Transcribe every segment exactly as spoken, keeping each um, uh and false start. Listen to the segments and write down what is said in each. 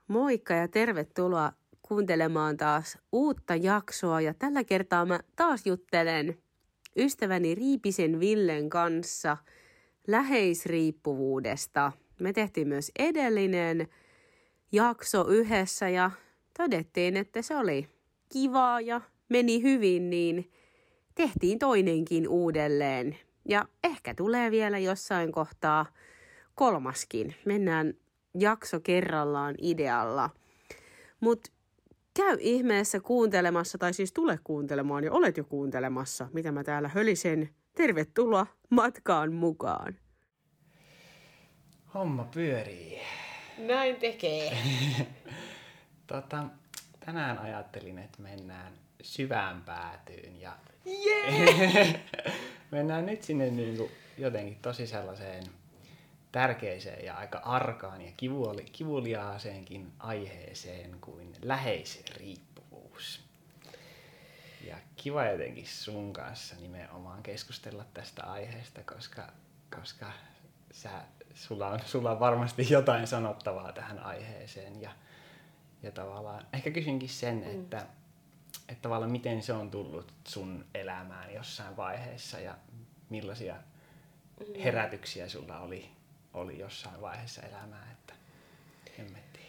Moikka ja tervetuloa kuuntelemaan taas uutta jaksoa. Ja tällä kertaa mä taas juttelen ystäväni Riipisen Villen kanssa läheisriippuvuudesta. Me tehtiin myös edellinen jakso yhdessä ja todettiin, että se oli kivaa ja meni hyvin, niin tehtiin toinenkin uudelleen. Ja ehkä tulee vielä jossain kohtaa kolmaskin. Mennään jakso kerrallaan idealla. Mutta käy ihmeessä kuuntelemassa, tai siis tule kuuntelemaan ja olet jo kuuntelemassa, mitä mä täällä hölisen. Tervetuloa matkaan mukaan. Homma pyörii. Näin tekee. tota, tänään ajattelin, että mennään syvään päätyyn ja yeah! mennään nyt sinne niin kuin jotenkin tosi sellaiseen tärkeiseen ja aika arkaan ja kivuli, kivuliaaseenkin aiheeseen kuin läheisriippuvuus. Ja kiva jotenkin sun kanssa nimenomaan keskustella tästä aiheesta, koska, koska sä, sulla, on, sulla on varmasti jotain sanottavaa tähän aiheeseen. Ja, ja tavallaan ehkä kysynkin sen, mm. että, että tavallaan miten se on tullut sun elämään jossain vaiheessa ja millaisia mm. herätyksiä sulla oli oli jossain vaiheessa elämää, että hemmetti.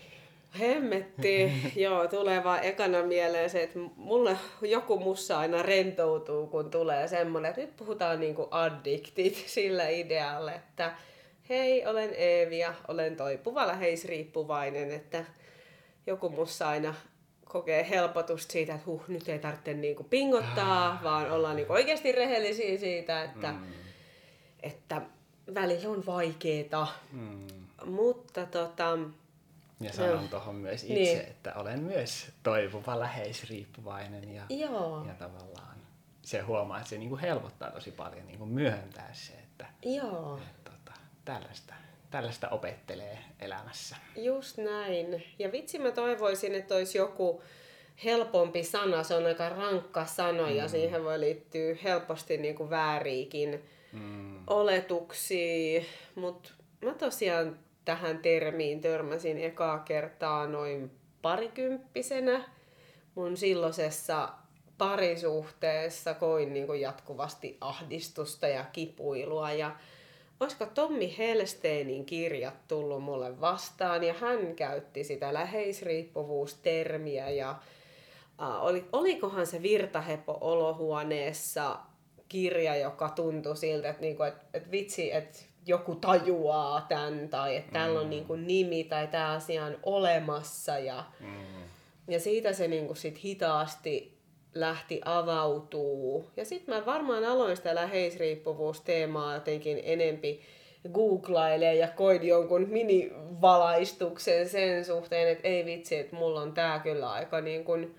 Hemmetti, joo, tulee vaan ekana mieleen se, että mulle joku mussa aina rentoutuu, kun tulee semmoinen, että nyt puhutaan niinku addiktit sillä idealla, että hei, olen Eevi ja olen toipuva läheisriippuvainen, että joku mussa aina kokee helpotusta siitä, että huh, nyt ei tarvitse niinku pingottaa, ah. vaan ollaan niinku oikeasti rehellisiä siitä, että, mm. että välillä on vaikeeta, mm. mutta tota... Ja sanon no, tuohon myös itse, niin. että olen myös toipuva läheisriippuvainen ja, ja tavallaan se huomaa, että se niinku helpottaa tosi paljon niinku myöntää se, että, että tota, tällaista, tällaista opettelee elämässä. Just näin. Ja vitsi mä toivoisin, että olisi joku helpompi sana, se on aika rankka sana mm. ja siihen voi liittyä helposti niinku vääriikin Mm. oletuksia, mutta mä tosiaan tähän termiin törmäsin ekaa kertaa noin parikymppisenä. Mun silloisessa parisuhteessa koin niinku jatkuvasti ahdistusta ja kipuilua ja olisiko Tommi Helsteinin kirjat tullut mulle vastaan ja hän käytti sitä läheisriippuvuustermiä ja äh, oli, olikohan se Virtahepo olohuoneessa kirja, joka tuntui siltä, että, niinku, että, että vitsi, että joku tajuaa tämän, tai että tällä on mm. niinku nimi, tai tämä asia on olemassa. Ja, mm. ja siitä se niinku sit hitaasti lähti avautuu. Ja sitten mä varmaan aloin sitä läheisriippuvuusteemaa jotenkin enempi googlailemaan ja koin jonkun minivalaistuksen sen suhteen, että ei vitsi, että mulla on tää kyllä aika niin kuin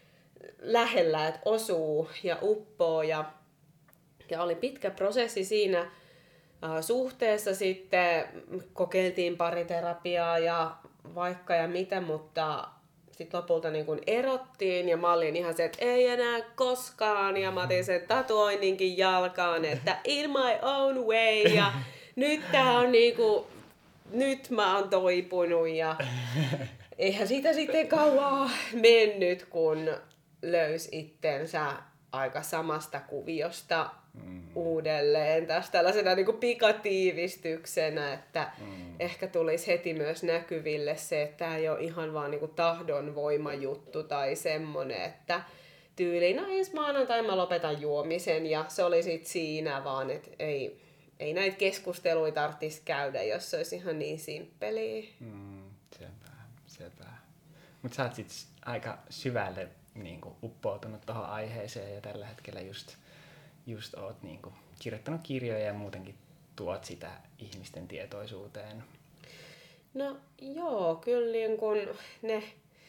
lähellä, että osuu ja uppoo ja Ja oli pitkä prosessi siinä äh, suhteessa sitten, kokeiltiin pariterapiaa ja vaikka ja mitä, mutta sitten lopulta niin kun erottiin ja mä olin ihan se, että ei enää koskaan ja mä otin sen tatuoinninkin jalkaan, että in my own way ja nyt tää on niinku, nyt mä oon toipunut ja eihän siitä sitten kauaa mennyt, kun löysi itsensä aika samasta kuviosta mm. uudelleen tässä tällaisena niin kuin pikatiivistyksenä, että mm. ehkä tulisi heti myös näkyville se, että tämä ei ole ihan vaan niin kuin tahdonvoimajuttu tai semmoinen, että tyyliin, no ensi maanantai mä lopetan juomisen ja se oli sitten siinä vaan, että ei, ei näitä keskusteluja tarvitsisi käydä, jos se olisi ihan niin simppeliä. Mm, sepä, sepä. Mutta sä oot sit aika syvälle niin kuin uppoutunut tuohon aiheeseen ja tällä hetkellä just, just oot niin kuin kirjoittanut kirjoja ja muutenkin tuot sitä ihmisten tietoisuuteen. No joo, kyllä niin kun ne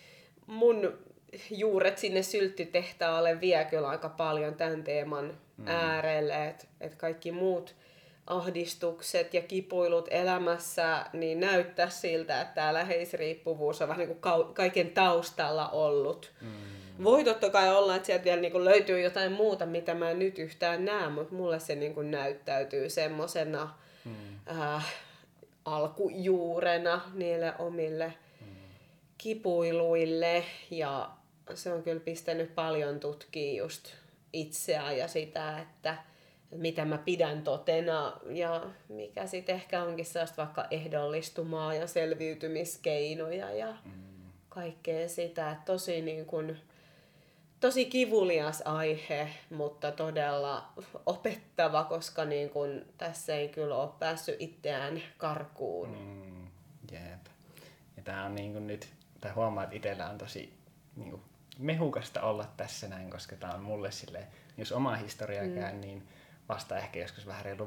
mun juuret sinne sylttytehtaalle vie kyllä aika paljon tämän teeman mm. äärelle, että et kaikki muut ahdistukset ja kipuilut elämässä niin näyttää siltä, että tämä läheisriippuvuus on vähän niin kuin kaiken taustalla ollut. Mm. Voi totta kai olla, että sieltä vielä niin kuin löytyy jotain muuta, mitä mä en nyt yhtään näe, mutta mulle se niin kuin näyttäytyy semmosena mm. äh, alkujuurena niille omille mm. kipuiluille ja se on kyllä pistänyt paljon tutkia just itseään ja sitä, että mitä mä pidän totena ja mikä sitten ehkä onkin sellaista vaikka ehdollistumaa ja selviytymiskeinoja ja mm. kaikkea sitä. Että tosi, niin kun, tosi kivulias aihe, mutta todella opettava, koska niin kun, tässä ei kyllä ole päässyt itseään karkuun. Mm. Jep. Ja tää on niin kun nyt, tai huomaa, että itsellä on tosi niin kun mehukasta olla tässä näin, koska tää on mulle silleen, jos oma historiaa mm. käyn, niin vasta ehkä joskus vähän reilu,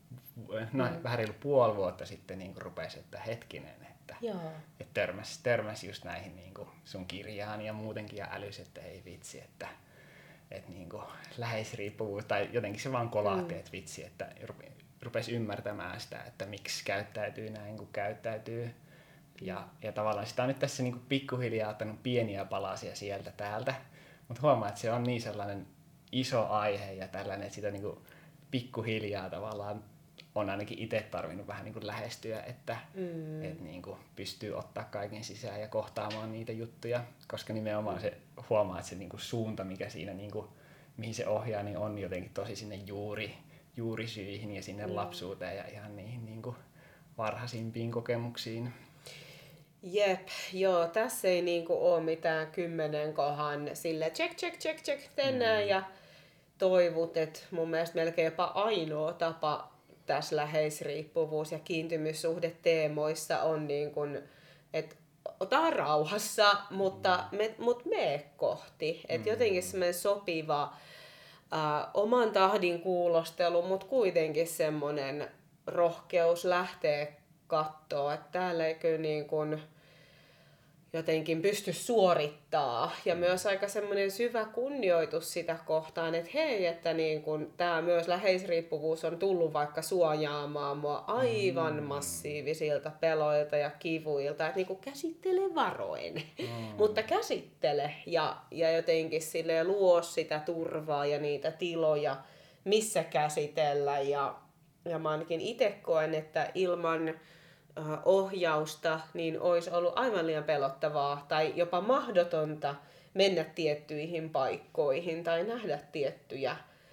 no, mm. vähän reilu puoli vuotta sitten niin rupesi, että hetkinen, että, että törmäsi, törmäsi just näihin niin kuin sun kirjaan ja muutenkin ja älysi, että ei vitsi, että, että niin kuin läheisriippuvuus tai jotenkin se vaan kolahti, mm. että vitsi, että rupesi ymmärtämään sitä, että miksi käyttäytyy näin kuin käyttäytyy. Ja, ja tavallaan sitä on nyt tässä niin kuin pikkuhiljaa ottanut pieniä palasia sieltä täältä, mutta huomaa, että se on niin sellainen iso aihe ja tällainen, että sitä niin kuin pikkuhiljaa tavallaan on ainakin itse tarvinnut vähän niin kuin lähestyä, että mm. et niin kuin pystyy ottaa kaiken sisään ja kohtaamaan niitä juttuja, koska nimenomaan se huomaa, että se niin kuin suunta, mikä siinä, niin kuin, mihin se ohjaa, niin on jotenkin tosi sinne juuri, juurisyihin ja sinne mm. lapsuuteen ja ihan niihin niin kuin varhaisimpiin kokemuksiin. Jep, joo, tässä ei niinku ole mitään kymmenen kohan sille check, check, check, check, tänään mm. ja toivut, että mun mielestä melkein jopa ainoa tapa tässä läheisriippuvuus- ja kiintymyssuhdeteemoissa on niin kuin, että ota rauhassa, mutta me, mut mene kohti. Että mm. jotenkin semmoinen sopiva ä, oman tahdin kuulostelu, mutta kuitenkin semmoinen rohkeus lähteä katsoa, että täällä ei kyllä niin kuin jotenkin pysty suorittaa. Ja myös aika semmoinen syvä kunnioitus sitä kohtaan, että hei, että niin kun tämä myös läheisriippuvuus on tullut vaikka suojaamaan mua aivan mm. massiivisilta peloilta ja kivuilta. Että niin kun käsittele varoen, mm. mutta käsittele ja, ja jotenkin silleen luo sitä turvaa ja niitä tiloja, missä käsitellä. Ja, ja mä ainakin itse koen, että ilman ohjausta, niin olisi ollut aivan liian pelottavaa tai jopa mahdotonta mennä tiettyihin paikkoihin tai nähdä tiettyjä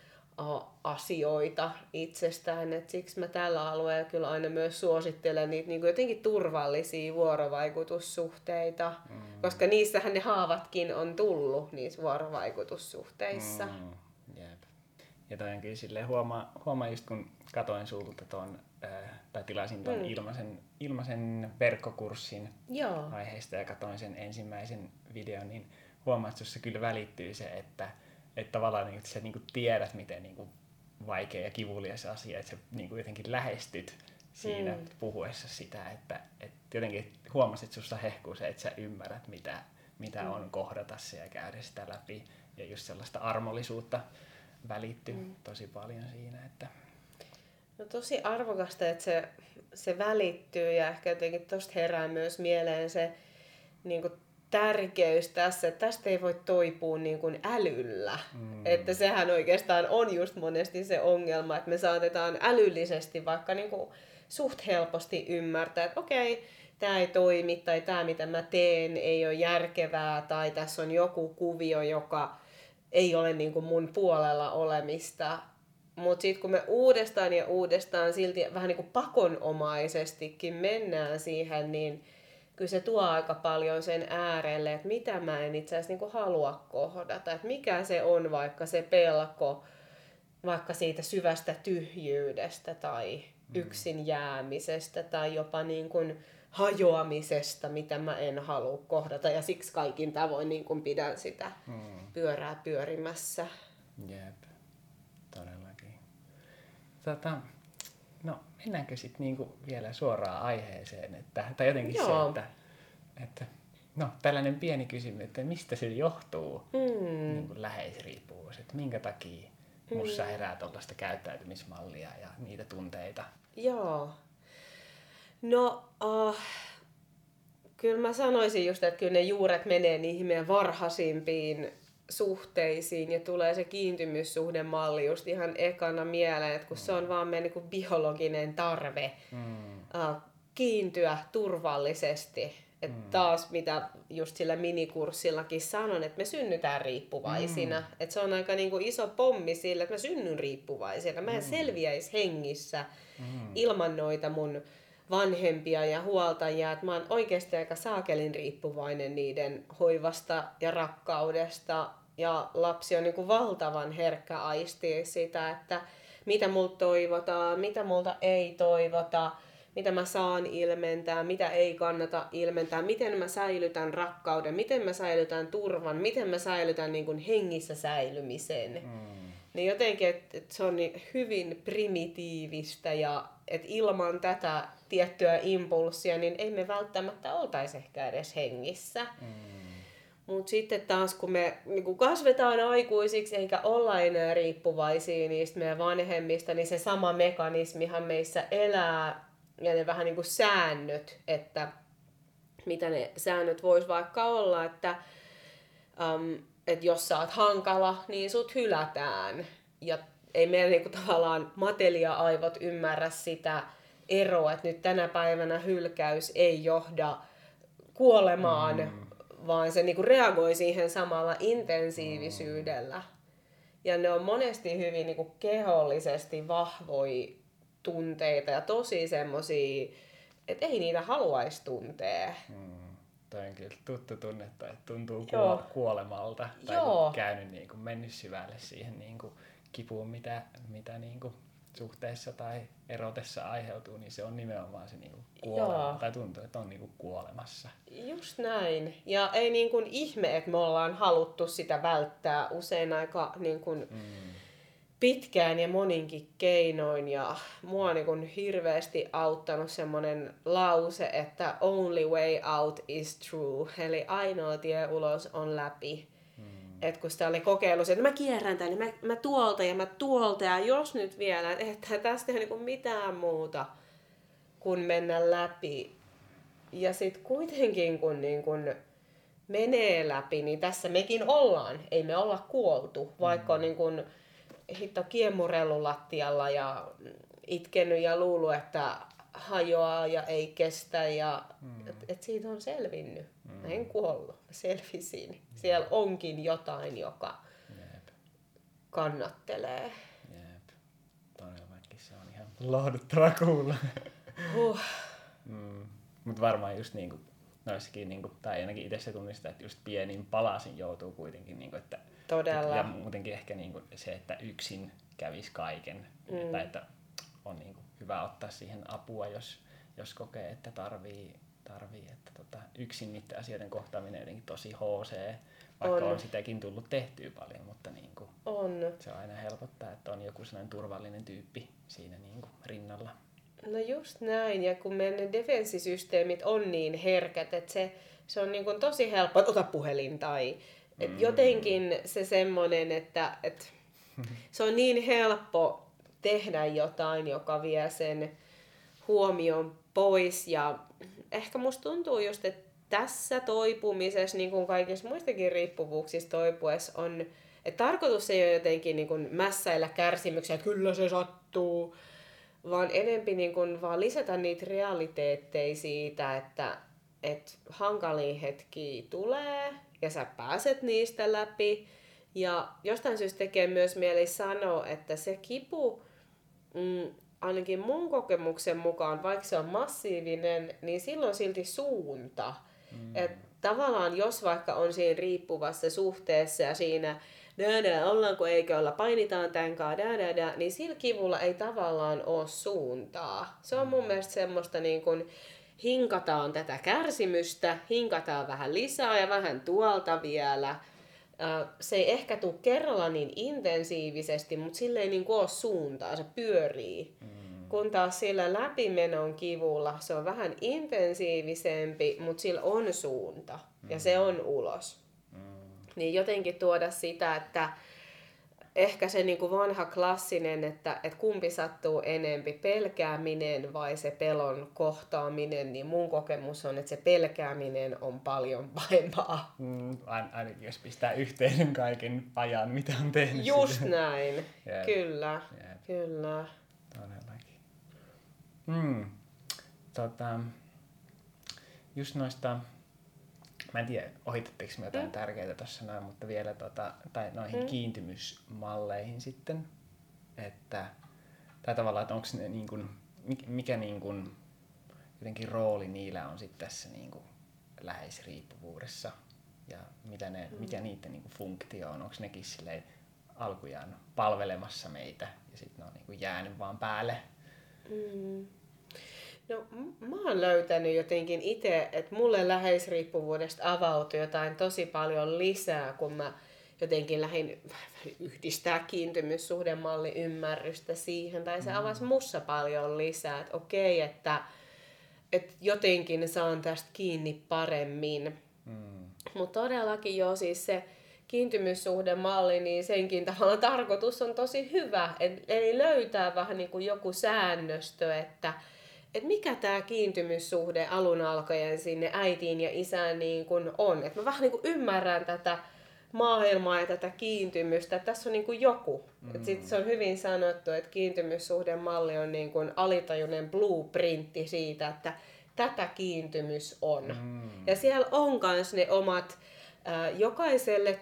asioita itsestään. Et siksi mä tällä alueella kyllä aina myös suosittelen niitä niin kuin jotenkin turvallisia vuorovaikutussuhteita, mm. koska niissähän ne haavatkin on tullut niissä vuorovaikutussuhteissa. Mm. Jep. Ja toi on kyllä silleen huomaa, huomaa just kun katoin sulta ton, ää, tai tilasin ton mm. ilmaisen, ilmaisen verkkokurssin Joo. aiheesta ja katoin sen ensimmäisen videon, niin huomaa, että sussa kyllä välittyy se, että, että tavallaan niin, että sä niin kuin tiedät, miten niin kuin vaikea ja kivulias asia, että sä niin kuin jotenkin lähestyt siinä mm. puhuessa sitä, että, että jotenkin huomasit, että sussa hehkuu se, että sä ymmärrät, mitä, mitä mm. on kohdata se ja käydä sitä läpi ja just sellaista armollisuutta välittyy mm. tosi paljon siinä, että no tosi arvokasta, että se, se välittyy ja ehkä jotenkin tosta herää myös mieleen se niin kuin tärkeys tässä, että tästä ei voi toipua niin kuin älyllä. Mm. Että sehän oikeastaan on just monesti se ongelma, että me saatetaan älyllisesti vaikka niin kuin suht helposti ymmärtää, että okei, tämä ei toimi tai tämä mitä mä teen ei ole järkevää tai tässä on joku kuvio, joka ei ole niin kuin mun puolella olemista. Mutta sitten kun me uudestaan ja uudestaan silti vähän niin kuin pakonomaisestikin mennään siihen, niin kyllä se tuo aika paljon sen äärelle, että mitä mä en itse asiassa niin kuin halua kohdata. Että mikä se on vaikka se pelko, vaikka siitä syvästä tyhjyydestä tai mm. yksin jäämisestä tai jopa niin kuin hajoamisesta, mitä mä en halua kohdata. Ja siksi kaikin tavoin niin kuin pidän sitä mm. pyörää pyörimässä. Jep, todellakin. Tota, no mennäänkö sitten niinku vielä suoraan aiheeseen? Että, tai jotenkin Joo. se, että, että no, tällainen pieni kysymys, että mistä se johtuu mm. niin kuin läheisriippuvuus? Että minkä takia musta mm. herää tuollaista käyttäytymismallia ja niitä tunteita? Joo. No, uh, kyllä mä sanoisin just, että kyllä ne juuret menee niihin meidän varhaisimpiin suhteisiin ja tulee se kiintymyssuhdemalli just ihan ekana mieleen, että kun mm. se on vaan meidän niin kuin biologinen tarve mm. uh, kiintyä turvallisesti Että mm. taas mitä just sillä minikurssillakin sanon, että me synnytään riippuvaisina. Mm. Että se on aika niinku iso pommi sillä, että mä synnyn riippuvaisina. Mä en mm. selviäisi hengissä mm. ilman noita mun vanhempia ja huoltajia. Että mä oon oikeasti aika saakelin riippuvainen niiden hoivasta ja rakkaudesta. Ja lapsi on niinku valtavan herkkä aistia sitä, että mitä multa toivotaan, mitä multa ei toivota, mitä mä saan ilmentää, mitä ei kannata ilmentää, miten mä säilytän rakkauden, miten mä säilytän turvan, miten mä säilytän niin kuin hengissä säilymisen. Mm. Niin jotenkin, että et se on niin hyvin primitiivistä ja että ilman tätä tiettyä impulssia, niin ei me välttämättä oltaisi ehkä edes hengissä. Mm. Mutta sitten taas kun me niin kasvetaan aikuisiksi eikä olla enää riippuvaisia niistä meidän vanhemmista, niin se sama mekanismihan meissä elää ja ne vähän niin kuin säännöt, että mitä ne säännöt vois vaikka olla, että, um, että jos sä oot hankala, niin sut hylätään. Ja ei meidän niin kuin tavallaan matelia-aivot ymmärrä sitä eroa, että nyt tänä päivänä hylkäys ei johda kuolemaan, mm. vaan se niinku reagoi siihen samalla intensiivisyydellä. Ja ne on monesti hyvin niinku kehollisesti vahvoja tunteita ja tosi semmosia, että ei niitä haluaisi tuntea. Mm. Toi on kyllä tuttu tunnetta, että tuntuu kuo- kuolemalta. Tai Joo. käynyt niinku, mennyt syvälle siihen niinku kipuun, mitä, mitä niinku suhteessa tai erotessa aiheutuu, niin se on nimenomaan se niinku kuolema, tai tuntuu, että on niinku kuolemassa. Just näin. Ja ei niinku ihme, että me ollaan haluttu sitä välttää usein aika niinku mm. pitkään ja moninkin keinoin. Ja mua on niinku hirveästi auttanut semmoinen lause, että only way out is true. Eli ainoa tie ulos on läpi. Että kun sitä oli kokeillut, että mä kierrän tän, niin mä, mä tuolta ja mä tuolta ja jos nyt vielä, että tästä ei ole niinku mitään muuta kuin mennä läpi. Ja sitten kuitenkin kun niinku menee läpi, niin tässä mekin ollaan. Ei me olla kuoltu, vaikka on niinku hitto kiemurellut lattialla ja itkenyt ja luullut, että hajoaa ja ei kestä ja mm. et, et siitä on selvinnyt. Mm. Mä en kuollut, selvisin. Mm. Siellä onkin jotain, joka Jep. kannattelee. Jep. Todellakin se on ihan lohduttava kuulla. Huh. mm. Mutta varmaan just niinku noissakin, niinku, tai ainakin itse se tunnistaa, että just pienin palasin joutuu kuitenkin, niinku, että todella. Ja muutenkin ehkä niinku se, että yksin kävisi kaiken. Mm. Tai että on niinku hyvä ottaa siihen apua, jos, jos kokee, että tarvii, tarvii että tota, yksin niiden asioiden kohtaaminen jotenkin tosi hoosee, vaikka on. on sitäkin tullut tehtyä paljon, mutta niinku, on. se aina helpottaa, että on joku sellainen turvallinen tyyppi siinä niinku rinnalla. No just näin, ja kun meidän defenssisysteemit on niin herkät, että se, se on niinku tosi helppo, että ota puhelin tai et mm. jotenkin se semmoinen, että et, se on niin helppo tehdä jotain, joka vie sen huomion pois. Ja ehkä musta tuntuu just, että tässä toipumisessa, niin kuin kaikissa muistakin riippuvuuksissa toipuessa, on, että tarkoitus ei ole jotenkin niin kuin mässäillä kärsimyksiä, että kyllä se sattuu, vaan enempi niin kuin vaan lisätä niitä realiteetteja siitä, että, että hankalia hetkiä tulee ja sä pääset niistä läpi. Ja jostain syystä tekee myös mieli sanoa, että se kipu, mm, ainakin mun kokemuksen mukaan, vaikka se on massiivinen, niin silloin silti suunta. Mm. Et tavallaan jos vaikka on siinä riippuvassa suhteessa ja siinä nää, nää, ollaanko eikö olla, painitaan tämän kanssa, nää, nää, nää, niin sillä kivulla ei tavallaan ole suuntaa. Se on mun mielestä semmoista niin kuin hinkataan tätä kärsimystä, hinkataan vähän lisää ja vähän tuolta vielä. Se ei ehkä tule kerralla niin intensiivisesti, mutta sillä ei niin kuin ole suuntaa, se pyörii. Mm. Kun taas sillä läpimenon kivulla se on vähän intensiivisempi, mutta sillä on suunta mm. ja se on ulos. Mm. Niin jotenkin tuoda sitä, että ehkä se niin kuin vanha klassinen, että, että kumpi sattuu enempi, pelkääminen vai se pelon kohtaaminen, niin mun kokemus on, että se pelkääminen on paljon pahempaa. Mm, ainakin jos pistää yhteen kaiken ajan, mitä on tehnyt. Just sille. Näin, yep. Kyllä, yep. Kyllä. Todellakin. Mm. Tota, just noista, mä en tiedä ohitatteko me jotain mm. tärkeää tuossa noin, mutta vielä tota, tai noihin mm. kiintymysmalleihin sitten, että tai tavallaan, että onko ne niin kuin, mikä niin kuin, jotenkin rooli niillä on sitten tässä niin kuin läheisriippuvuudessa ja mitä ne, mm. mikä niiden niin kuin funktio on, onko nekin silleen alkujaan palvelemassa meitä ja sitten ne on niin kuin jäänyt vaan päälle. Mm. No mä oon löytänyt jotenkin itse, että mulle läheisriippuvuudesta avautui jotain tosi paljon lisää, kun mä jotenkin lähdin yhdistää kiintymyssuhdemalli ymmärrystä siihen, tai se avasi mussa paljon lisää, että okei, että, että jotenkin saan tästä kiinni paremmin. Mm. Mutta todellakin jo siis se kiintymyssuhdemalli, niin senkin tavallaan tarkoitus on tosi hyvä, et, eli löytää vähän niin kuin joku säännöstö, että että mikä tämä kiintymyssuhde alun alkaen sinne äitiin ja isään niin kuin on. Että mä vähän niin kuin ymmärrän tätä maailmaa ja tätä kiintymystä, että tässä on niin kuin joku. Mm. Että sit se on hyvin sanottu, että kiintymyssuhdemalli on niin kuin alitajuinen blueprintti siitä, että tätä kiintymys on. Mm. Ja siellä on myös ne omat äh, jokaiselle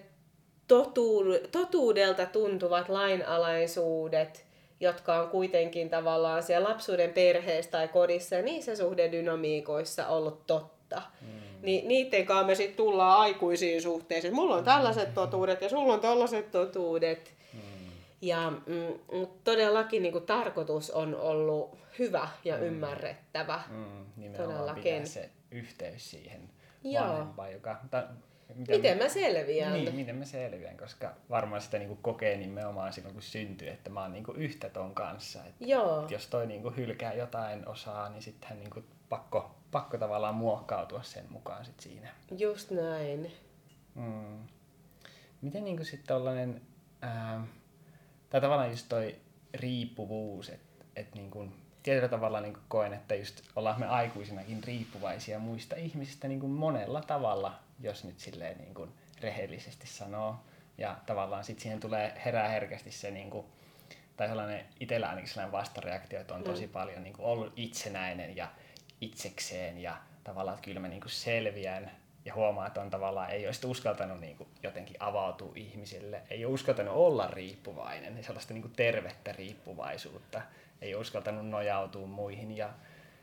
totu- totuudelta tuntuvat lainalaisuudet, jotka on kuitenkin tavallaan siellä lapsuuden perheessä tai kodissa ja niissä suhdedynamiikoissa ollut totta. Mm. Niin niiden kanssa me sitten tullaan aikuisiin suhteisiin. Mulla on tällaiset totuudet ja sulla on tällaiset totuudet. Mm. Ja mm, todellakin niin kuin, tarkoitus on ollut hyvä ja mm. ymmärrettävä. Mm. Nimenomaan pitää se yhteys siihen Joo. vanhempaan, joka... Ta- Miten, miten mä selviän? Niin, miten mä selviän, koska varmaan sitä niinku kokee nimenomaan silloin, kun syntyy, että mä oon niinku yhtä ton kanssa. Että Joo. jos toi niinku hylkää jotain osaa, niin sittenhän niinku pakko, pakko tavallaan muokkautua sen mukaan sit siinä. Just näin. Mm. Miten niinku sit tollanen, ää, tai tavallaan just toi riippuvuus, että et niinku, tietyllä tavalla niin koen, että just ollaan me aikuisinakin riippuvaisia muista ihmisistä niin monella tavalla, jos nyt silleen niin kuin rehellisesti sanoo. Ja tavallaan sitten siihen tulee herää herkästi se, niin kuin, tai sellainen itsellä ainakin sellainen vastareaktio, että on mm. tosi paljon niin kuin ollut itsenäinen ja itsekseen ja tavallaan, että kyllä mä niin kuin selviän ja huomaa, että on tavallaan, ei ole uskaltanut niin kuin jotenkin avautua ihmisille, ei ole uskaltanut olla riippuvainen, sellaista niin kuin tervettä riippuvaisuutta. Ei uskaltanut nojautua muihin ja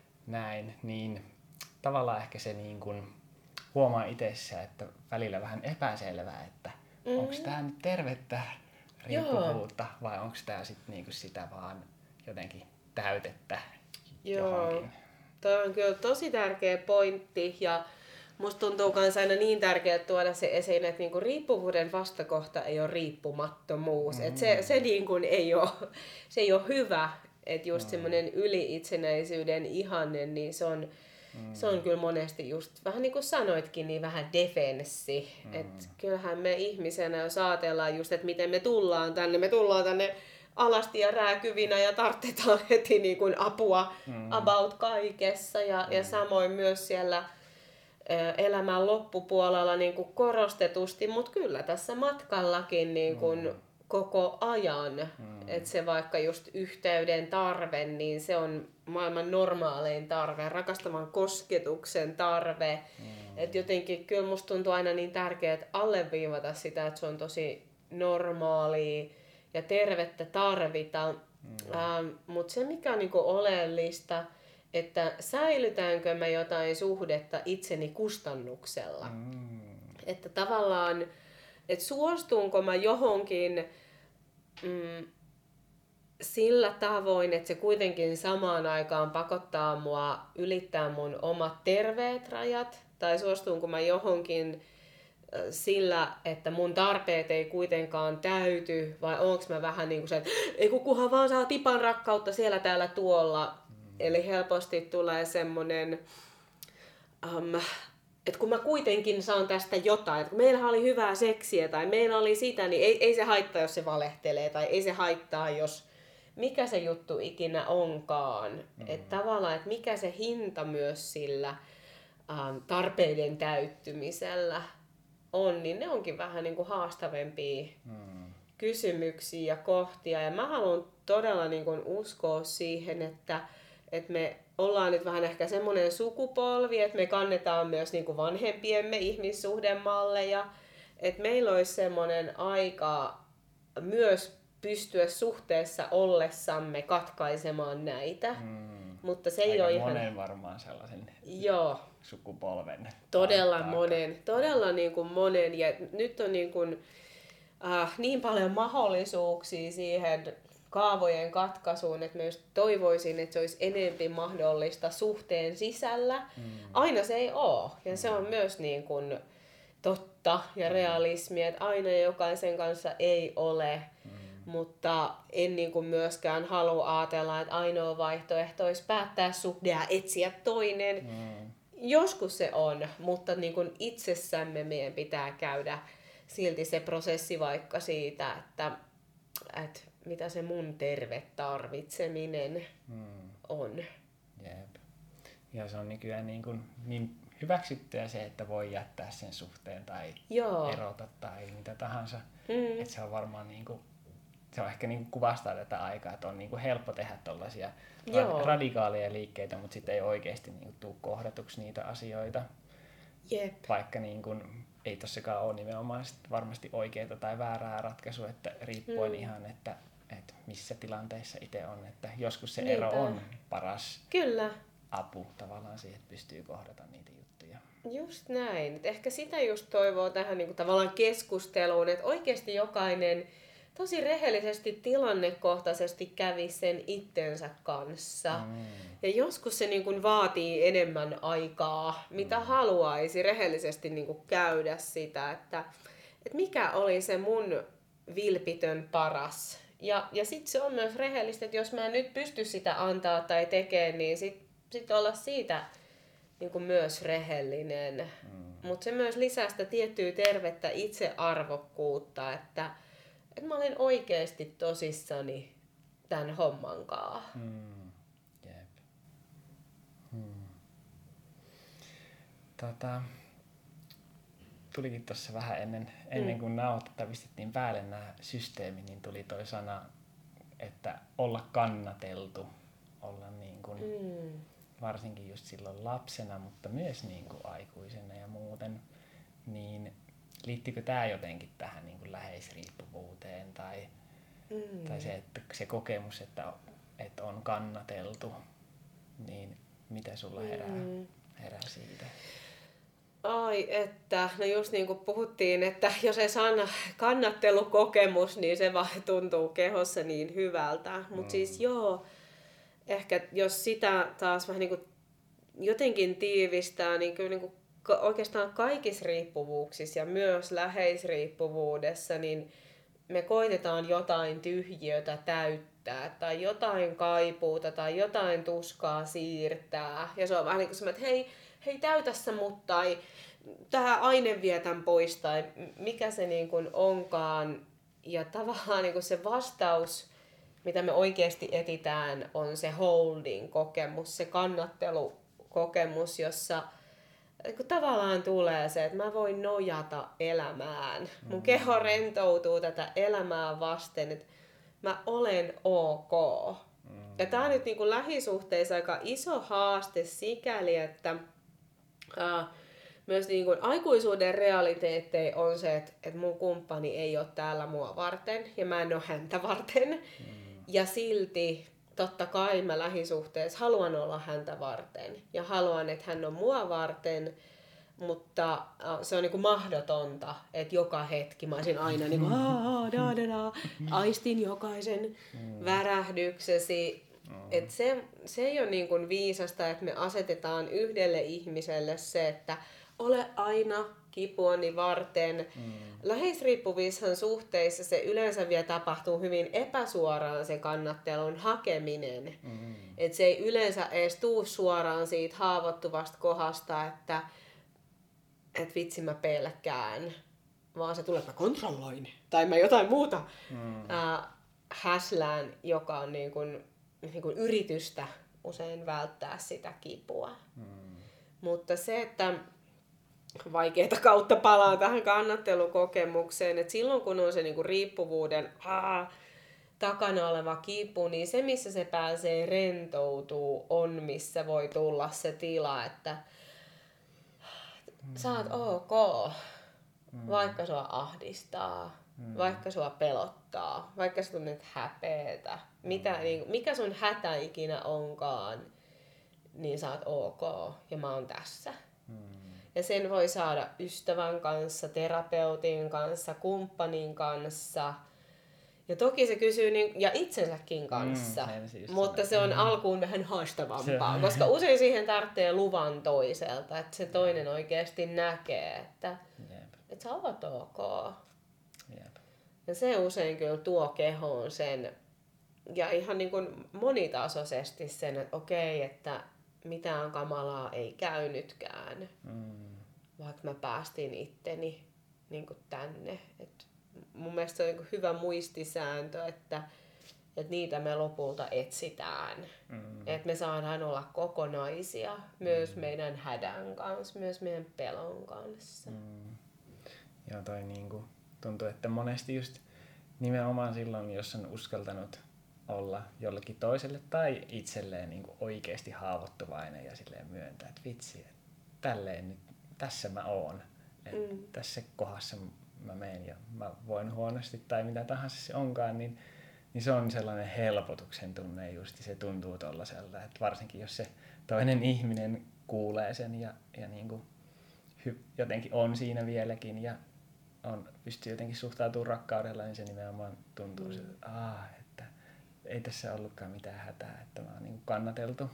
näin, niin tavallaan ehkä se niin kuin huomaa itsessä, että välillä vähän epäselvää, että mm-hmm. onko tämä nyt tervettä riippuvuutta Joo. vai onko tämä sitten niin kuin sitä vaan jotenkin täytettä Joo. johonkin. Tuo on kyllä tosi tärkeä pointti ja musta tuntuu myös aina niin tärkeää tuoda se esiin, että niinku riippuvuuden vastakohta ei ole riippumattomuus. Mm-hmm. Et se se niinku ei, ole, se ei ole hyvä. Että just mm. semmoinen yli-itsenäisyyden ihanne, niin se on, mm. se on kyllä monesti just, vähän niin kuin sanoitkin, niin vähän defenssi. Mm. Että kyllähän me ihmisenä, jos ajatellaan just, että miten me tullaan tänne, me tullaan tänne alasti ja rääkyvinä ja tarvitaan heti niin kuin apua mm. about kaikessa. Ja, mm. ja samoin myös siellä elämän loppupuolella niin kuin korostetusti, mutta kyllä tässä matkallakin niin kuin, mm. koko ajan, mm. että se vaikka just yhteyden tarve, niin se on maailman normaalein tarve, rakastavan kosketuksen tarve. Mm. Että jotenkin kyllä musta tuntuu aina niin tärkeää alleviivata sitä, että se on tosi normaalia ja tervettä tarvita. Mm. Ähm, mutta se mikä on niinku oleellista, että säilytäänkö mä jotain suhdetta itseni kustannuksella. Mm. Että tavallaan, että suostunko mä johonkin mm, sillä tavoin, että se kuitenkin samaan aikaan pakottaa mua ylittää mun omat terveet rajat, tai suostunko mä johonkin sillä, että mun tarpeet ei kuitenkaan täyty, vai onko mä vähän niin kuin se, että ei kukaan vaan saa tipan rakkautta siellä täällä tuolla. Mm. Eli helposti tulee semmonen, um, että kun mä kuitenkin saan tästä jotain, että kun meillä oli hyvää seksiä tai meillä oli sitä, niin ei, ei se haittaa, jos se valehtelee, tai ei se haittaa, jos mikä se juttu ikinä onkaan. Mm. Että tavallaan, että mikä se hinta myös sillä um, tarpeiden täyttymisellä on, niin ne onkin vähän niin kuin haastavempia mm. kysymyksiä ja kohtia. Ja mä haluan todella niin kuin uskoa siihen, että että me ollaan nyt vähän ehkä semmoinen sukupolvi, että me kannetaan myös niin kuin vanhempiemme ihmissuhdemalleja, että meillä olisi semmoinen aika myös pystyä suhteessa ollessamme katkaisemaan näitä, mm. mutta se ei Aika ole monen ihan... varmaan sellaisen Joo. sukupolven. Todella taakka. monen, todella niin kuin monen, ja nyt on niin, kuin, äh, niin paljon mahdollisuuksia siihen kaavojen katkaisuun, että myös toivoisin, että se olisi enemmän mahdollista suhteen sisällä. Mm. Aina se ei ole, ja se on myös niin kuin totta ja realismia, että aina jokaisen kanssa ei ole, mm. mutta en niin kuin myöskään halua ajatella, että ainoa vaihtoehto olisi päättää suhde ja etsiä toinen. Mm. Joskus se on, mutta niin kuin itsessämme meidän pitää käydä silti se prosessi vaikka siitä, että, että mitä se mun terve tarvitseminen mm. on. Jep. Ja se on nykyään niin, kuin niin hyväksyttyä se, että voi jättää sen suhteen tai Joo. erota tai mitä tahansa. Mm. Että se on varmaan niin kuin, se on ehkä niin kuin kuvastaa tätä aikaa, että on niin kuin helppo tehdä tollaisia Joo. radikaaleja liikkeitä, mutta sitten ei oikeasti niin kuin tule kohdatuksi niitä asioita. Jep. Vaikka niin kuin, ei tossakaan ole nimenomaan varmasti oikeaa tai väärää ratkaisua, että riippuen mm. ihan, että, että missä tilanteissa itse on. Että joskus se Niinpä. ero on paras Kyllä. apu tavallaan siihen, että pystyy kohdata niitä juttuja. Just näin. Et ehkä sitä just toivoo tähän niinku tavallaan keskusteluun, että oikeasti jokainen tosi rehellisesti tilannekohtaisesti kävi sen itsensä kanssa. Mm. Ja joskus se niin kuin vaatii enemmän aikaa, mitä mm. haluaisi rehellisesti niin kuin käydä sitä, että, että mikä oli se mun vilpitön paras. Ja, ja sitten se on myös rehellistä, että jos mä en nyt pysty sitä antaa tai tekemään, niin sitten sit olla siitä niin kuin myös rehellinen. Mm. Mutta se myös lisää sitä tiettyä tervettä itsearvokkuutta, että että mä olen oikeasti tosissani tämän homman kaa. Mm. Jep. Hmm. Tota, tulikin tuossa vähän ennen, ennen kuin mm. nauhoitetta pistettiin päälle nämä systeemi, niin tuli toi sana, että olla kannateltu. Olla niin kuin, mm. varsinkin just silloin lapsena, mutta myös niin kuin aikuisena ja muuten. Niin liittyykö tämä jotenkin tähän niin kuin läheisriippuvuuteen tai, mm. tai se, että se kokemus, että, että on kannateltu, niin mitä sulla herää, mm. herää siitä? Ai että, no just niin kuin puhuttiin, että jos ei saa kannattelukokemus, niin se vaan tuntuu kehossa niin hyvältä. Mutta mm. siis joo, ehkä jos sitä taas vähän niin kuin jotenkin tiivistää, niin kyllä niin kuin oikeastaan kaikissa riippuvuuksissa ja myös läheisriippuvuudessa, niin me koitetaan jotain tyhjiötä täyttää tai jotain kaipuuta tai jotain tuskaa siirtää. Ja se on vähän niin kuin semmoinen, että hei, hei täytä sä mut tai tähän aine vie tän pois tai mikä se niin kuin onkaan. Ja tavallaan niin kuin se vastaus, mitä me oikeasti etitään, on se holding-kokemus, se kannattelukokemus, jossa kun tavallaan tulee se, että mä voin nojata elämään. Mun mm. keho rentoutuu tätä elämää vasten, että mä olen ok. Mm. Ja tää on nyt niin kuin lähisuhteissa aika iso haaste sikäli, että ää, myös niin kuin aikuisuuden realiteetti on se, että, että mun kumppani ei ole täällä mua varten ja mä en ole häntä varten. Mm. Ja silti totta kai mä lähisuhteessa haluan olla häntä varten ja haluan, että hän on mua varten, mutta se on niinku mahdotonta, että joka hetki mä olisin aina niinku da, da, da, aistin jokaisen mm. värähdyksesi. Mm. Et se, se ei ole niinku viisasta, että me asetetaan yhdelle ihmiselle se, että ole aina kipuani varten. Mm. Läheisriippuvissahan suhteissa se yleensä vielä tapahtuu hyvin epäsuoraan se kannattelun hakeminen. Mm. Et se ei yleensä edes tuu suoraan siitä haavoittuvasta kohdasta, että et vitsi mä pelkään, vaan se tulee, että mä kontrolloin tai mä jotain muuta mm. äh, häslään, joka on niin kuin, niin kuin yritystä usein välttää sitä kipua. Mm. Mutta se, että vaikeita kautta palaa tähän kannattelukokemukseen, että silloin kun on se niinku riippuvuuden aa, takana oleva kipu, niin se missä se pääsee rentoutuu on missä voi tulla se tila, että sä oot ok, mm. vaikka sua ahdistaa, mm. vaikka sua pelottaa, vaikka sä tunnet häpeetä, mitä, mm. niin, mikä sun hätä ikinä onkaan, niin sä oot ok ja mä oon tässä. Mm. Ja sen voi saada ystävän kanssa, terapeutin kanssa, kumppanin kanssa. Ja toki se kysyy, niin, ja itsensäkin kanssa, mm, mutta se on mm. alkuun vähän haastavampaa, koska usein siihen tarvitsee luvan toiselta, että se toinen oikeasti näkee, että, että sä oot ok. Jep. Ja se usein kyllä tuo kehoon sen, ja ihan niin kuin monitasoisesti sen, että okei, että mitään kamalaa ei käynytkään, mm. vaikka mä päästin itteni niin kuin tänne. Et mun mielestä se on niin hyvä muistisääntö, että, että niitä me lopulta etsitään. Mm. Että me saadaan olla kokonaisia myös mm. meidän hädän kanssa, myös meidän pelon kanssa. Mm. Ja toi niinku, tuntuu, että monesti just nimenomaan silloin, jos on uskaltanut olla jollekin toiselle tai itselleen niin kuin oikeasti haavoittuvainen ja silleen myöntää, että vitsi, että tälleen nyt, tässä mä oon. Että mm. tässä kohdassa mä menen ja mä voin huonosti tai mitä tahansa se onkaan, niin, niin se on sellainen helpotuksen tunne just, se tuntuu tollaiselta, että varsinkin jos se toinen ihminen kuulee sen ja, ja niin kuin hy, jotenkin on siinä vieläkin ja on, pystyy jotenkin suhtautumaan rakkaudella, niin se nimenomaan tuntuu mm. siltä, että aah, että ei tässä ollutkaan mitään hätää, että mä oon niin kannateltu.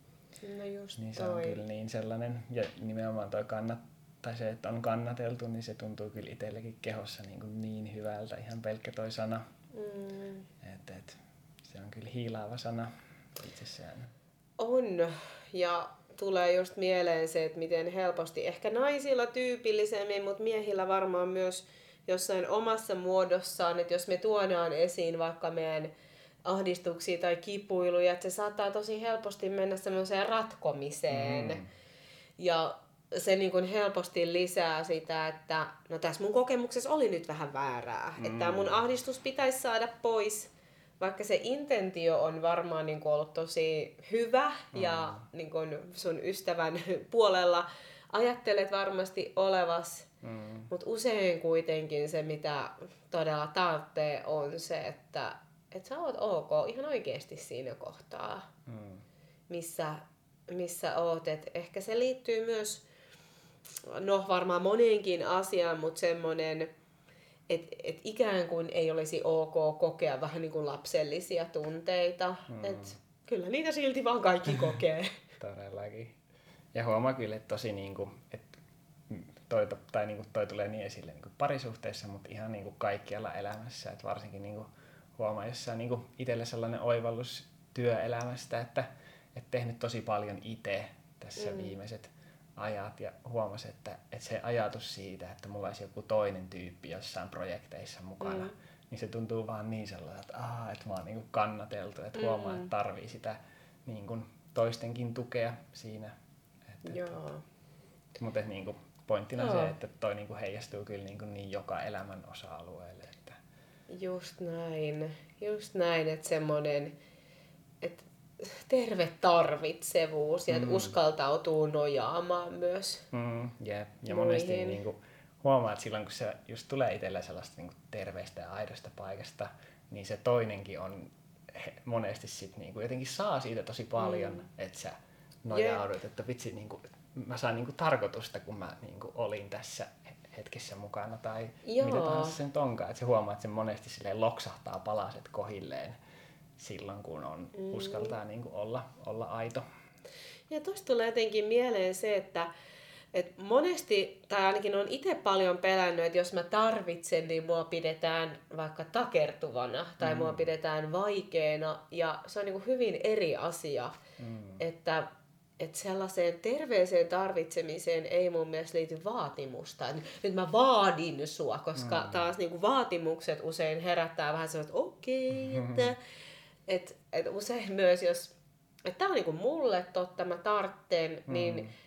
No just niin se toi. on kyllä niin sellainen, ja nimenomaan toi kannat, tai se, että on kannateltu, niin se tuntuu kyllä itsellekin kehossa niin, niin hyvältä, ihan pelkkä toi sana. Mm. Et, et, se on kyllä hiilaava sana itsessään. On, ja tulee just mieleen se, että miten helposti, ehkä naisilla tyypillisemmin, mutta miehillä varmaan myös jossain omassa muodossaan, että jos me tuodaan esiin vaikka meidän ahdistuksia tai kipuiluja, että se saattaa tosi helposti mennä semmoiseen ratkomiseen. Mm. Ja se niin kuin helposti lisää sitä, että no tässä mun kokemuksessa oli nyt vähän väärää. Mm. Että mun ahdistus pitäisi saada pois, vaikka se intentio on varmaan niin kuin ollut tosi hyvä mm. ja niin kuin sun ystävän puolella ajattelet varmasti olevas. Mm. Mutta usein kuitenkin se, mitä todella tarvitsee, on se, että että sä oot ok ihan oikeasti siinä kohtaa, mm. missä, missä oot. Et ehkä se liittyy myös, no varmaan moneenkin asiaan, mutta semmoinen, että et ikään kuin ei olisi ok kokea vähän niin kuin lapsellisia tunteita. Mm. Et kyllä niitä silti vaan kaikki kokee. Todellakin. Ja huomaa kyllä, että tosi niinku, että toi, tai niinku toi tulee niin esille niinku parisuhteessa, mutta ihan niinku kaikkialla elämässä, että varsinkin niinku huomaa jossain niinku itselle sellainen oivallus työelämästä, että et tehnyt tosi paljon itse tässä mm. viimeiset ajat ja huomasin, että, että se ajatus siitä, että mulla olisi joku toinen tyyppi jossain projekteissa mukana, mm. niin se tuntuu vaan niin sellaiselta, että, aah, että mä oon niinku kannateltu, että huomaa, mm. että tarvii sitä niinku toistenkin tukea siinä. Että, Joo. Mutta niinku pointtina Joo. se, että toi niinku heijastuu kyllä niinku niin joka elämän osa-alueelle. Että just näin, just näin, että semmoinen, että terve tarvitsevuus ja mm. uskaltautuu nojaamaan myös. Mm, yeah. Ja monesti niinku huomaa, että silloin kun se just tulee itselle sellaista niinku terveestä ja aidosta paikasta, niin se toinenkin on monesti sit niinku jotenkin saa siitä tosi paljon, mm. että sä nojaudut, yeah. että vitsi, niinku, mä saan niinku tarkoitusta, kun mä niinku olin tässä hetkessä mukana tai Joo. mitä tahansa se nyt onkaan. Että se huomaa, että se monesti silleen loksahtaa palaset kohilleen silloin, kun on, mm. uskaltaa niinku olla, olla aito. Ja tosta tulee jotenkin mieleen se, että et monesti, tai ainakin on itse paljon pelännyt, että jos mä tarvitsen, niin mua pidetään vaikka takertuvana tai mm. mua pidetään vaikeana. Ja se on niinku hyvin eri asia, mm. että että sellaiseen terveeseen tarvitsemiseen ei mun mielestä liity vaatimusta. Nyt mä vaadin sua, koska mm. taas niinku vaatimukset usein herättää vähän sellaista, että okei, okay, että et, et usein myös jos, että tää on niinku mulle totta, mä tartten, mm. niin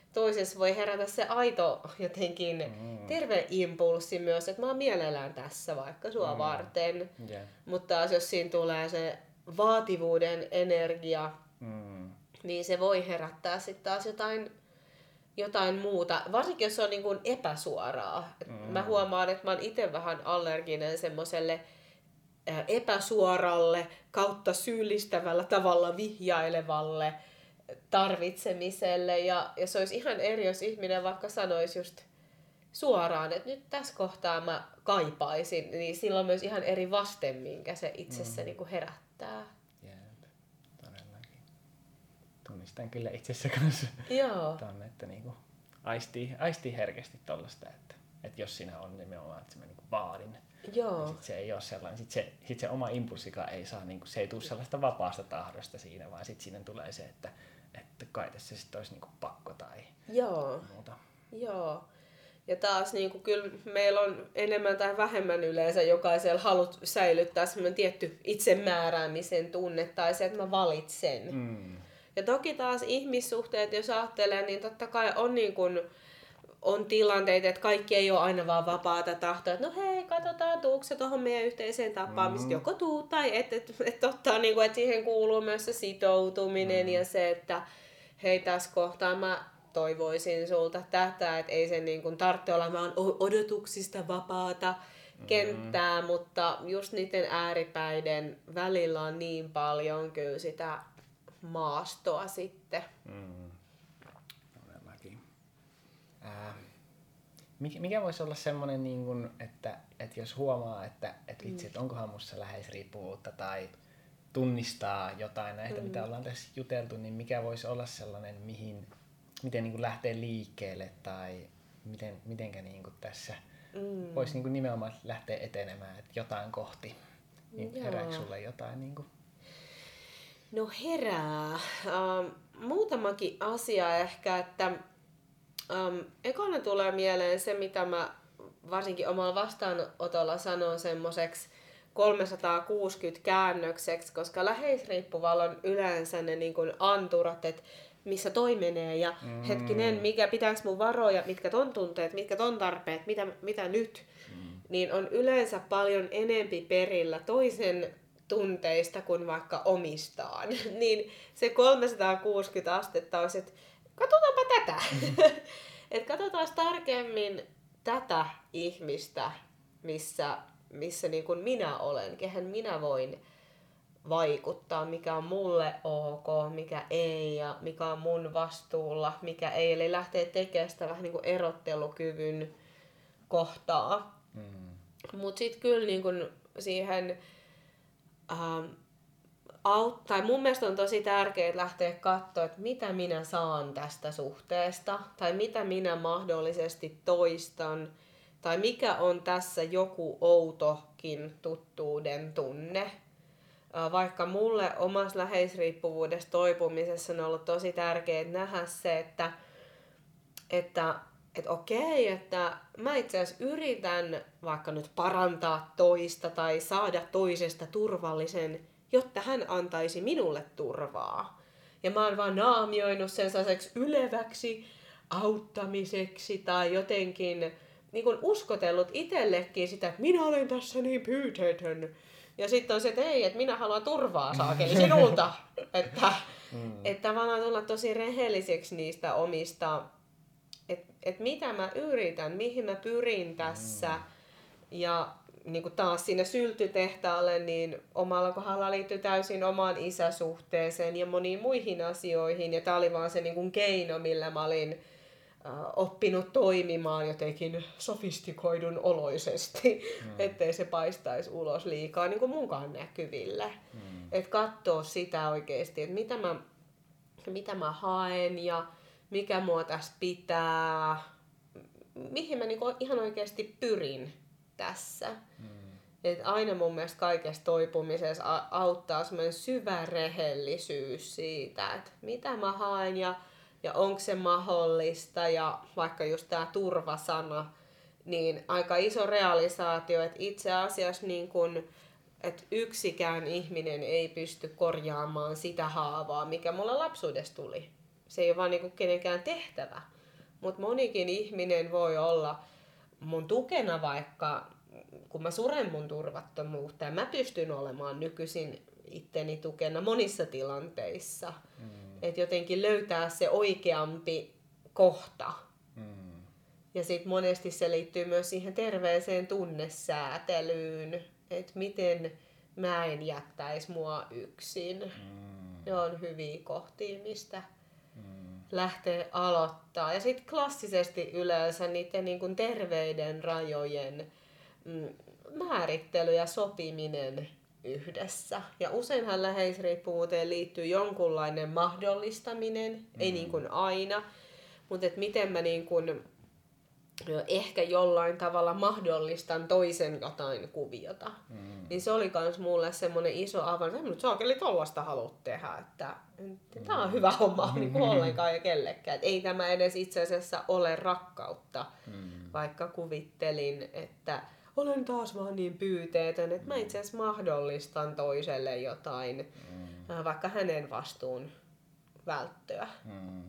toisessa voi herätä se aito jotenkin mm. terve impulssi myös, että mä oon mielellään tässä vaikka sua mm. varten. Yeah. Mutta taas jos siinä tulee se vaativuuden energia, mm. niin se voi herättää sitten taas jotain, jotain muuta. Varsinkin jos se on niin kuin epäsuoraa. Mm. Mä huomaan, että mä oon itse vähän allerginen semmoselle epäsuoralle kautta syyllistävällä tavalla vihjailevalle tarvitsemiselle. Ja, ja se olisi ihan eri, jos ihminen vaikka sanoisi just suoraan, että nyt tässä kohtaa mä kaipaisin, niin silloin myös ihan eri vaste, minkä se itsessä mm. niin kuin herättää. Jep, todellakin. Tunnistan kyllä itsessä kanssa tuonne, että niin kuin aistii, aistii herkästi tollaista, että, että jos siinä on nimenomaan, että mä niin kuin vaadin. Joo. Sit se ei ole sellainen, sit se, sit se oma impulssikaan ei saa, niin kuin, se ei tule sellaista vapaasta tahdosta siinä, vaan sit siinä tulee se, että, että kai tässä sit olisi niin kuin pakko tai Joo. muuta. Joo. Ja taas niin kuin, kyllä meillä on enemmän tai vähemmän yleensä jokaisella halut säilyttää semmoinen tietty itsemääräämisen tunne tai se, että mä valitsen. Mm. Ja toki taas ihmissuhteet, jos ajattelee, niin totta kai on niin kuin, on tilanteita, että kaikki ei ole aina vaan vapaata tahtoa, että no hei, katsotaan, tuuko se tuohon meidän yhteiseen tapaamista, mm. joko tuu, tai että et, et, et, niin kuin, että siihen kuuluu myös se sitoutuminen mm. ja se, että hei, tässä kohtaa mä toivoisin sulta tätä, että ei se niin kuin tarvitse olla vaan odotuksista vapaata mm. kenttää, mutta just niiden ääripäiden välillä on niin paljon kyllä sitä maastoa sitten. Mm. Todellakin. Ää, mikä, mikä voisi olla semmoinen, niin kun, että, että jos huomaa, että, että vitsi, että onkohan musta läheisriippuvuutta tai tunnistaa jotain näitä, mm. mitä ollaan tässä juteltu, niin mikä voisi olla sellainen, mihin, miten niin kun lähtee liikkeelle tai miten, mitenkä niin kun tässä mm. voisi niin kun nimenomaan lähteä etenemään, että jotain kohti. Niin herääkö sulle jotain? Niin kun? No herää. Um, muutamakin asia ehkä, että Um, ekana tulee mieleen se, mitä mä varsinkin omalla vastaanotolla sanon semmoiseksi kolmesataakuusikymmentä käännökseksi, koska läheisriippuvalla on yleensä ne niin kuin anturat, että missä toi menee ja mm. hetkinen, mikä pitääkö mun varoja, mitkä ton tunteet, mitkä ton tarpeet, mitä, mitä nyt, mm. niin on yleensä paljon enempi perillä toisen tunteista kuin vaikka omistaan. Niin se kolmesataakuusikymmentä astetta olisi, että katsotaanpa tätä. Et katsotaan tarkemmin tätä ihmistä, missä, missä niin kuin minä olen, kehen minä voin vaikuttaa, mikä on mulle ok, mikä ei ja mikä on mun vastuulla, mikä ei. Eli lähtee tekemään sitä vähän niin kuin erottelukyvyn kohtaa. Mm. Mutta sitten kyllä niin kuin siihen ähm, Aut, tai mun mielestä on tosi tärkeää lähteä katsoa, että mitä minä saan tästä suhteesta, tai mitä minä mahdollisesti toistan, tai mikä on tässä joku outokin tuttuuden tunne. Vaikka mulle omassa läheisriippuvuudessa toipumisessa on ollut tosi tärkeää nähdä se, että, että, että okei, että mä itse asiassa yritän vaikka nyt parantaa toista tai saada toisesta turvallisen, jotta hän antaisi minulle turvaa. Ja mä oon vaan naamioinut sen sellaiseksi yleväksi auttamiseksi tai jotenkin niin kun uskotellut itsellekin sitä, että minä olen tässä niin pyyteetön. Ja sitten on se, että ei, että minä haluan turvaa saakeli sinulta. että, mm. että tavallaan tulla tosi rehelliseksi niistä omista, että et mitä mä yritän, mihin mä pyrin tässä. Mm. Ja niin kuin taas siinä syltytehtaalle, niin omalla kohdalla liittyy täysin omaan isäsuhteeseen ja moniin muihin asioihin. Ja tää oli vaan se niin kuin keino, millä mä olin äh, oppinut toimimaan jotenkin sofistikoidun oloisesti, mm. ettei se paistaisi ulos liikaa niin kuin munkaan näkyville. Mm. Että katsoo sitä oikeasti, että mitä mä, mitä mä haen ja mikä mua tässä pitää, mihin mä niin kuin ihan oikeasti pyrin tässä. Mm. Et aina mun mielestä kaikessa toipumisessa auttaa semmoinen syvä rehellisyys siitä, että mitä mä haen ja, ja onko se mahdollista. Ja vaikka just tää turvasana, niin aika iso realisaatio, että itse asiassa niin kun, että yksikään ihminen ei pysty korjaamaan sitä haavaa, mikä mulla lapsuudessa tuli. Se ei ole vaan niin kun kenenkään tehtävä. Mutta monikin ihminen voi olla mun tukena, vaikka kun mä suren mun turvattomuutta ja mä pystyn olemaan nykyisin itteni tukena monissa tilanteissa. Mm. Että jotenkin löytää se oikeampi kohta. Mm. Ja sitten monesti se liittyy myös siihen terveeseen tunnesäätelyyn, että miten mä en jättäisi mua yksin. Mm. Ne on hyviä kohtia, mistä mm. lähtee aloittaa. Ja sitten klassisesti yleensä niiden niin kuin terveiden rajojen mm, määrittely ja sopiminen yhdessä. Ja useinhan läheisriippuvuuteen liittyy jonkunlainen mahdollistaminen, mm. ei niin kuin aina, mutta et miten mä niin kuin ehkä jollain tavalla mahdollistan toisen jotain kuviota. Mm. Niin se oli kans mulle semmoinen iso avain, että nyt saakeli tollasta haluat tehdä, että tämä on hyvä homma niin kuin ollenkaan ja kellekään. Et ei tämä edes itse asiassa ole rakkautta, mm. vaikka kuvittelin, että olen taas vaan niin pyyteetön, että mä itse asiassa mahdollistan toiselle jotain, mm. vaikka hänen vastuun välttöä. Mm.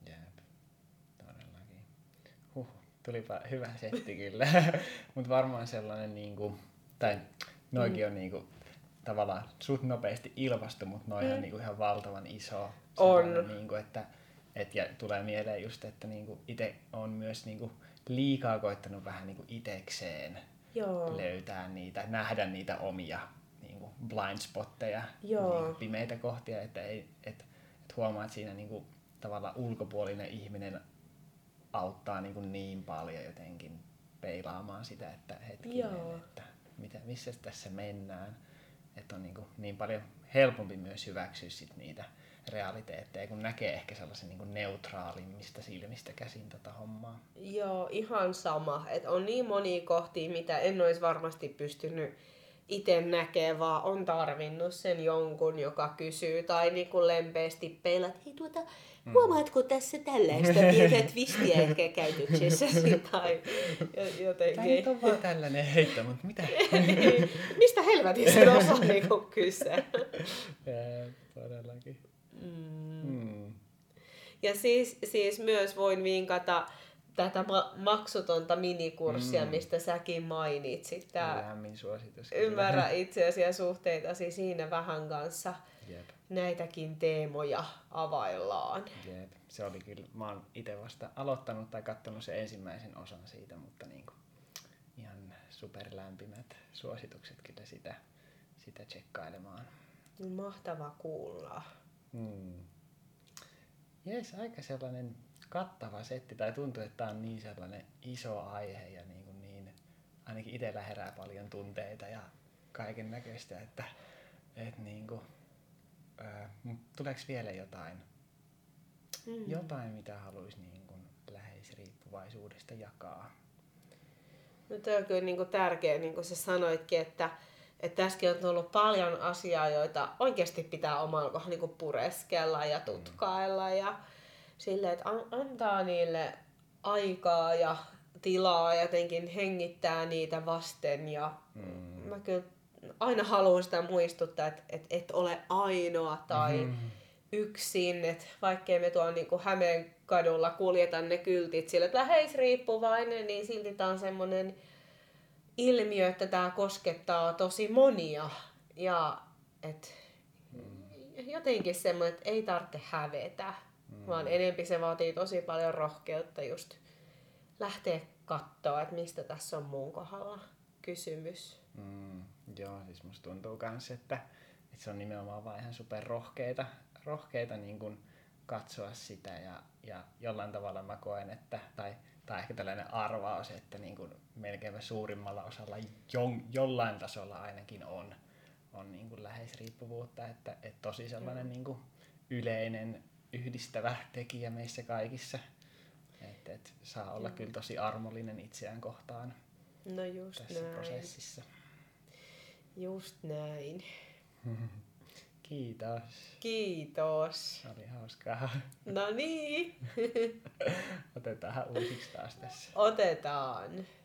Tulipa hyvä setti kyllä, mutta varmaan sellainen, niinku, tai noikin mm. on niinku, tavallaan suht nopeasti ilmastu, mutta noihan mm. niinku ihan valtavan iso. On. Niinku, että, et, ja tulee mieleen just, että niinku, itse on myös niinku, liikaa koittanut vähän niinku, itekseen Joo. löytää niitä, nähdä niitä omia niinku, blind spotteja, niinku, pimeitä kohtia, että ei, et, et huomaa, että siinä niinku, tavallaan ulkopuolinen ihminen auttaa niin, kuin niin paljon jotenkin peilaamaan sitä, että hetkinen, Joo. että mitä, missä tässä mennään. Että on niin, kuin niin paljon helpompi myös hyväksyä sit niitä realiteetteja, kun näkee ehkä sellaisen niin kuin neutraalimmista silmistä käsin tota hommaa. Joo, ihan sama. Et on niin monia kohtia, mitä en olisi varmasti pystynyt itse näkee, vaan on tarvinnut sen jonkun, joka kysyy tai niin kuin lempeästi peilaa, että hei tuota, huomaatko tässä tällaista pientä twistiä ehkä käytöksessäsi tai jotenkin. Tämä nyt on vaan tällainen heitto, mutta mitä? Mistä helvetistä osaa niin kuin kysyä? Ja, todellakin. Mm. Mm. Ja siis, siis myös voin vinkata tätä ma- maksutonta minikurssia, mm. mistä säkin mainitsit. Tää lämmin suositus. Ymmärrä itseäsi ja suhteitasi siinä vähän kanssa. Jep. Näitäkin teemoja availlaan. Jep. Se oli kyllä, mä oon itse vasta aloittanut tai katsonut sen ensimmäisen osan siitä, mutta niinku ihan superlämpimät suositukset kyllä sitä, sitä tsekkailemaan. Mahtava kuulla. Mm. Jes, aika sellainen kattava setti, tai tuntuu, että tämä on niin sellainen iso aihe ja niin, kuin niin ainakin itsellä herää paljon tunteita ja kaiken näköistä, että, että niin kuin, ää, tuleeko vielä jotain, mm. jotain mitä haluaisi niin kuin läheisriippuvaisuudesta jakaa? No tämä on kyllä niin kuin tärkeä, niin kuin sä sanoitkin, että että tässäkin on ollut paljon asiaa, joita oikeasti pitää omalla kohdalla niin kuin pureskella ja tutkailla ja silleen, että antaa niille aikaa ja tilaa ja jotenkin hengittää niitä vasten. Ja mm. mä kyllä aina haluan sitä muistuttaa, että et, et ole ainoa tai mm-hmm. yksin. Että vaikkei me tuolla niin kuin Hämeenkadulla kuljeta ne kyltit sille, että läheisriippuvainen, niin silti tää on semmoinen ilmiö, että tää koskettaa tosi monia. Ja et, mm. jotenkin semmoinen, että ei tarvitse hävetä. Mm. Vaan enempi se vaatii tosi paljon rohkeutta just lähteä katsoa, että mistä tässä on mun kohdalla kysymys. Mm, joo, siis musta tuntuu kans, että, että se on nimenomaan vaan ihan super rohkeita, rohkeita niin kun katsoa sitä ja, ja jollain tavalla mä koen, että, tai, tai ehkä tällainen arvaus, että niin kun melkein suurimmalla osalla jo, jollain tasolla ainakin on, on niin kun läheisriippuvuutta, että, että tosi sellainen mm. niin kun yleinen yhdistävä tekijä meissä kaikissa. Että et saa olla mm. kyllä tosi armollinen itseään kohtaan no just tässä näin. prosessissa. Just näin. Kiitos. Kiitos. Oli hauskaa. No niin. Otetaan uusiksi taas tässä. Otetaan.